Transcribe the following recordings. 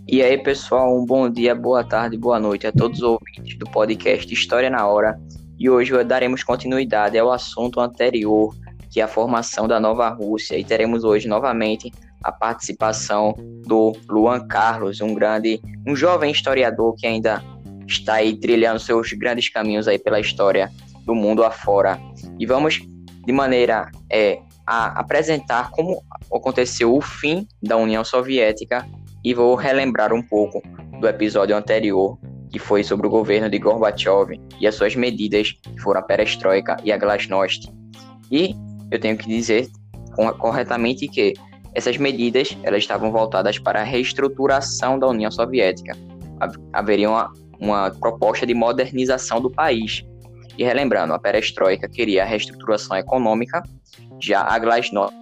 E aí, pessoal, um bom dia, boa tarde, boa noite a todos os ouvintes do podcast História na Hora. E hoje daremos continuidade ao assunto anterior, que é a formação da nova Rússia. E teremos hoje novamente a participação do Luan Carlos, um jovem historiador que ainda está aí trilhando seus grandes caminhos aí pela história do mundo afora. E vamos, de maneira a apresentar como aconteceu o fim da União Soviética. E vou relembrar um pouco do episódio anterior, que foi sobre o governo de Gorbachev e as suas medidas, que foram a perestroika e a glasnost. E eu tenho que dizer corretamente que essas medidas elas estavam voltadas para a reestruturação da União Soviética. Haveria uma proposta de modernização do país. E relembrando, a perestroika queria a reestruturação econômica, já a glasnost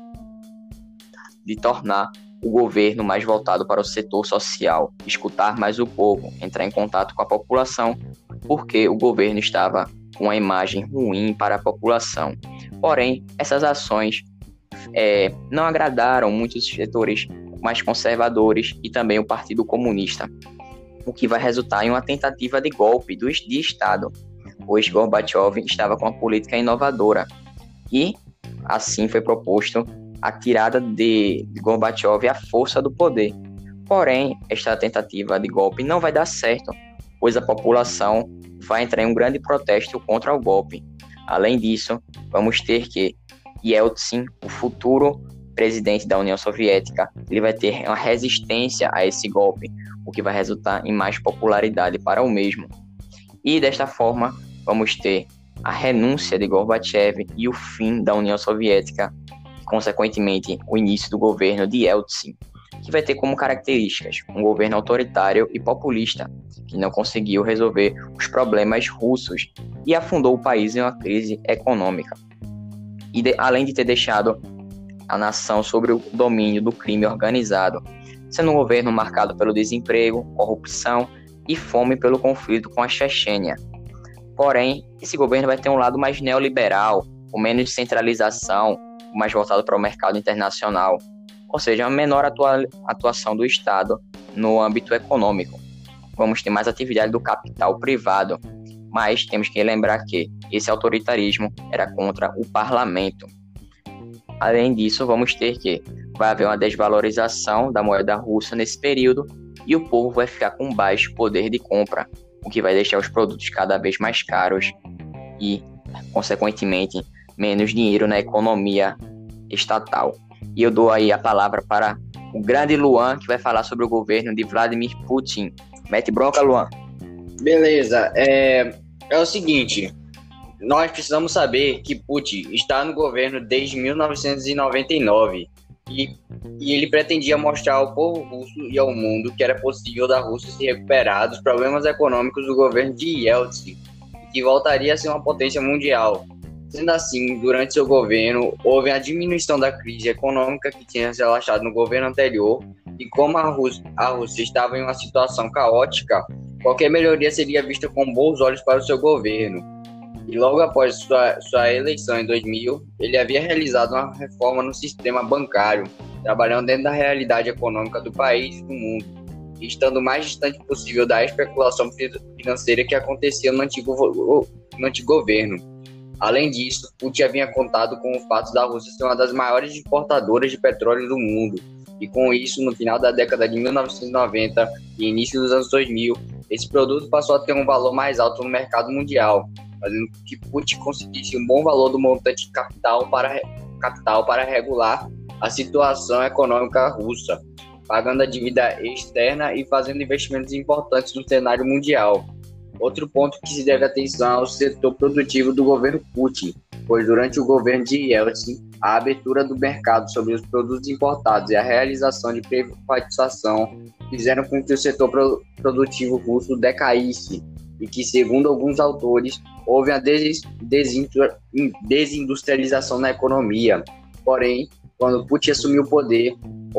de tornar o governo mais voltado para o setor social, escutar mais o povo, entrar em contato com a população, porque o governo estava com uma imagem ruim para a população. Porém, essas ações não agradaram muitos setores mais conservadores e também o Partido Comunista, o que vai resultar em uma tentativa de golpe de Estado, pois Gorbachev estava com uma política inovadora e assim foi proposto a tirada de Gorbachev à força do poder. Porém, esta tentativa de golpe não vai dar certo, pois a população vai entrar em um grande protesto contra o golpe. Além disso, vamos ter que Yeltsin, o futuro presidente da União Soviética, ele vai ter uma resistência a esse golpe, o que vai resultar em mais popularidade para o mesmo. E desta forma, vamos ter a renúncia de Gorbachev e o fim da União Soviética, consequentemente, o início do governo de Yeltsin, que vai ter como características um governo autoritário e populista, que não conseguiu resolver os problemas russos e afundou o país em uma crise econômica. E além de ter deixado a nação sob o domínio do crime organizado, sendo um governo marcado pelo desemprego, corrupção e fome pelo conflito com a Chechênia. Porém, esse governo vai ter um lado mais neoliberal, com menos centralização, mais voltado para o mercado internacional, ou seja, uma menor atuação do Estado no âmbito econômico. Vamos ter mais atividade do capital privado, mas temos que lembrar que esse autoritarismo era contra o parlamento. Além disso, vamos ter que vai haver uma desvalorização da moeda russa nesse período e o povo vai ficar com baixo poder de compra, o que vai deixar os produtos cada vez mais caros e, consequentemente, menos dinheiro na economia estatal. E eu dou aí a palavra para o grande Luan, que vai falar sobre o governo de Vladimir Putin. Mete bronca, Luan. Beleza, é o seguinte, nós precisamos saber que Putin está no governo desde 1999 e ele pretendia mostrar ao povo russo e ao mundo que era possível da Rússia se recuperar dos problemas econômicos do governo de Yeltsin, que voltaria a ser uma potência mundial. Sendo assim, durante seu governo, houve a diminuição da crise econômica que tinha se alastrado no governo anterior, e como a Rússia estava em uma situação caótica, qualquer melhoria seria vista com bons olhos para o seu governo. E logo após sua eleição em 2000, ele havia realizado uma reforma no sistema bancário, trabalhando dentro da realidade econômica do país e do mundo, e estando o mais distante possível da especulação financeira que acontecia no antigo governo. Além disso, Putin havia contado com o fato da Rússia ser uma das maiores exportadoras de petróleo do mundo. E com isso, no final da década de 1990 e início dos anos 2000, esse produto passou a ter um valor mais alto no mercado mundial, fazendo com que Putin conseguisse um bom valor do montante de capital para regular a situação econômica russa, pagando a dívida externa e fazendo investimentos importantes no cenário mundial. Outro ponto que se deve atenção é o setor produtivo do governo Putin, pois durante o governo de Yeltsin, a abertura do mercado sobre os produtos importados e a realização de privatização fizeram com que o setor produtivo russo decaísse e que, segundo alguns autores, houve a desindustrialização na economia. Porém, quando Putin assumiu o poder,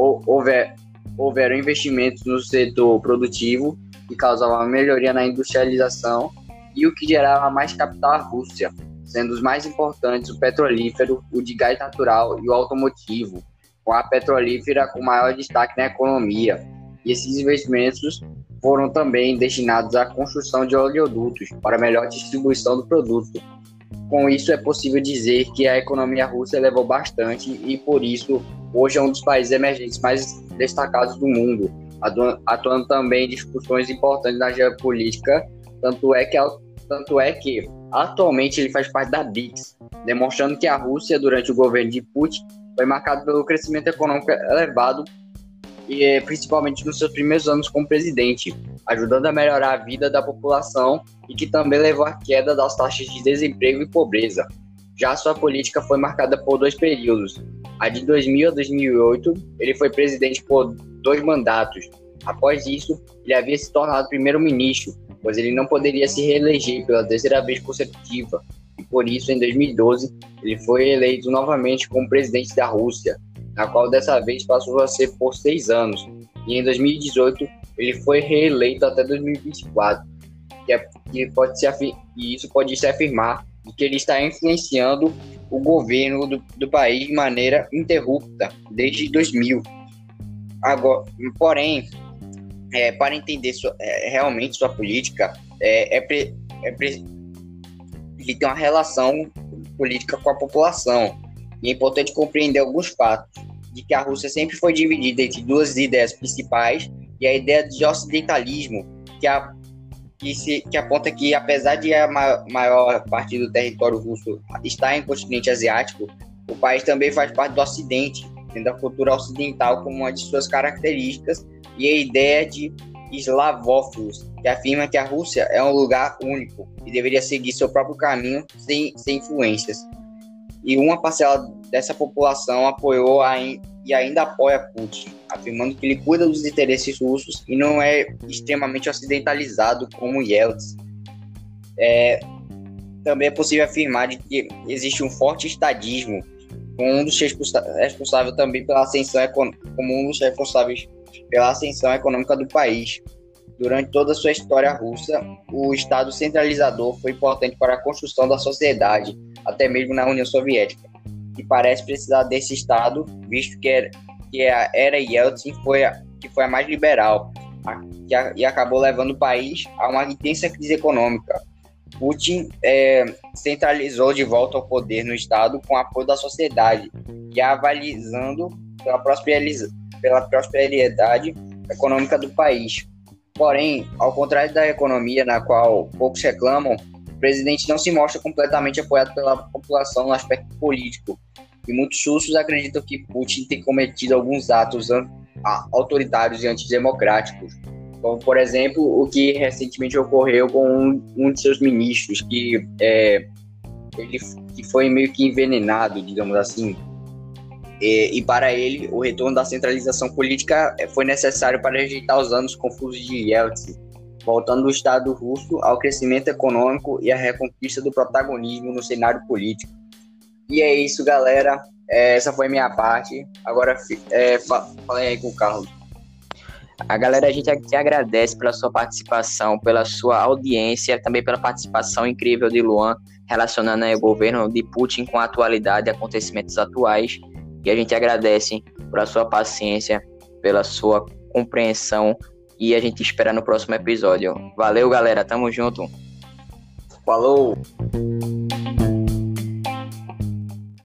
houveram investimentos no setor produtivo que causava uma melhoria na industrialização e o que gerava mais capital à Rússia, sendo os mais importantes o petrolífero, o de gás natural e o automotivo, com a petrolífera com maior destaque na economia. e esses investimentos foram também destinados à construção de oleodutos para melhor distribuição do produto. Com isso, é possível dizer que a economia russa elevou bastante e, por isso, hoje é um dos países emergentes mais destacados do mundo, atuando também em discussões importantes na geopolítica, tanto é que atualmente ele faz parte da BRICS, demonstrando que a Rússia, durante o governo de Putin, foi marcada pelo crescimento econômico elevado, e principalmente nos seus primeiros anos como presidente, ajudando a melhorar a vida da população e que também levou à queda das taxas de desemprego e pobreza. Já sua política foi marcada por 2 períodos. A de 2000 a 2008, ele foi presidente por 2 mandatos. Após isso, ele havia se tornado primeiro-ministro, pois ele não poderia se reeleger pela 3ª vez consecutiva. E por isso, em 2012, ele foi eleito novamente como presidente da Rússia, na qual dessa vez passou a ser por 6 anos. E em 2018, ele foi reeleito até 2024. E isso pode se afirmar de que ele está influenciando o governo do país de maneira ininterrupta desde 2000. Agora, porém, para entender realmente sua política, ele tem uma relação política com a população. E é importante compreender alguns fatos, de que a Rússia sempre foi dividida entre 2 ideias principais, e a ideia de ocidentalismo, que aponta que, apesar de a maior parte do território russo estar em continente asiático, o país também faz parte do Ocidente, tendo a cultura ocidental como uma de suas características, e a ideia de eslavófilos, que afirma que a Rússia é um lugar único e deveria seguir seu próprio caminho sem influências. E uma parcela dessa população apoiou e ainda apoia Putin, afirmando que ele cuida dos interesses russos e não é extremamente ocidentalizado como Yeltsin. Também é possível afirmar de que existe um forte estadismo, como um dos responsáveis também pela ascensão econômica do país. Durante toda a sua história russa, o Estado centralizador foi importante para a construção da sociedade, até mesmo na União Soviética, e parece precisar desse Estado, visto que a era Yeltsin foi a mais liberal, e acabou levando o país a uma intensa crise econômica. Putin centralizou de volta ao poder no Estado com o apoio da sociedade, e avalizando pela prosperidade econômica do país. Porém, ao contrário da economia, na qual poucos reclamam, o presidente não se mostra completamente apoiado pela população no aspecto político, e muitos russos acreditam que Putin tem cometido alguns atos autoritários e antidemocráticos, como, por exemplo, o que recentemente ocorreu com um de seus ministros, que foi meio que envenenado, digamos assim. E para ele, o retorno da centralização política foi necessário para rejeitar os anos confusos de Yeltsin, voltando o Estado russo ao crescimento econômico e à reconquista do protagonismo no cenário político. E é isso, galera. Essa foi a minha parte. Agora, falei aí com o Carlos. A galera, a gente aqui agradece pela sua participação, pela sua audiência, também pela participação incrível de Luan, relacionando o governo de Putin com a atualidade, acontecimentos atuais. E a gente agradece pela sua paciência, pela sua compreensão, e a gente espera no próximo episódio. Valeu, galera. Tamo junto. Falou!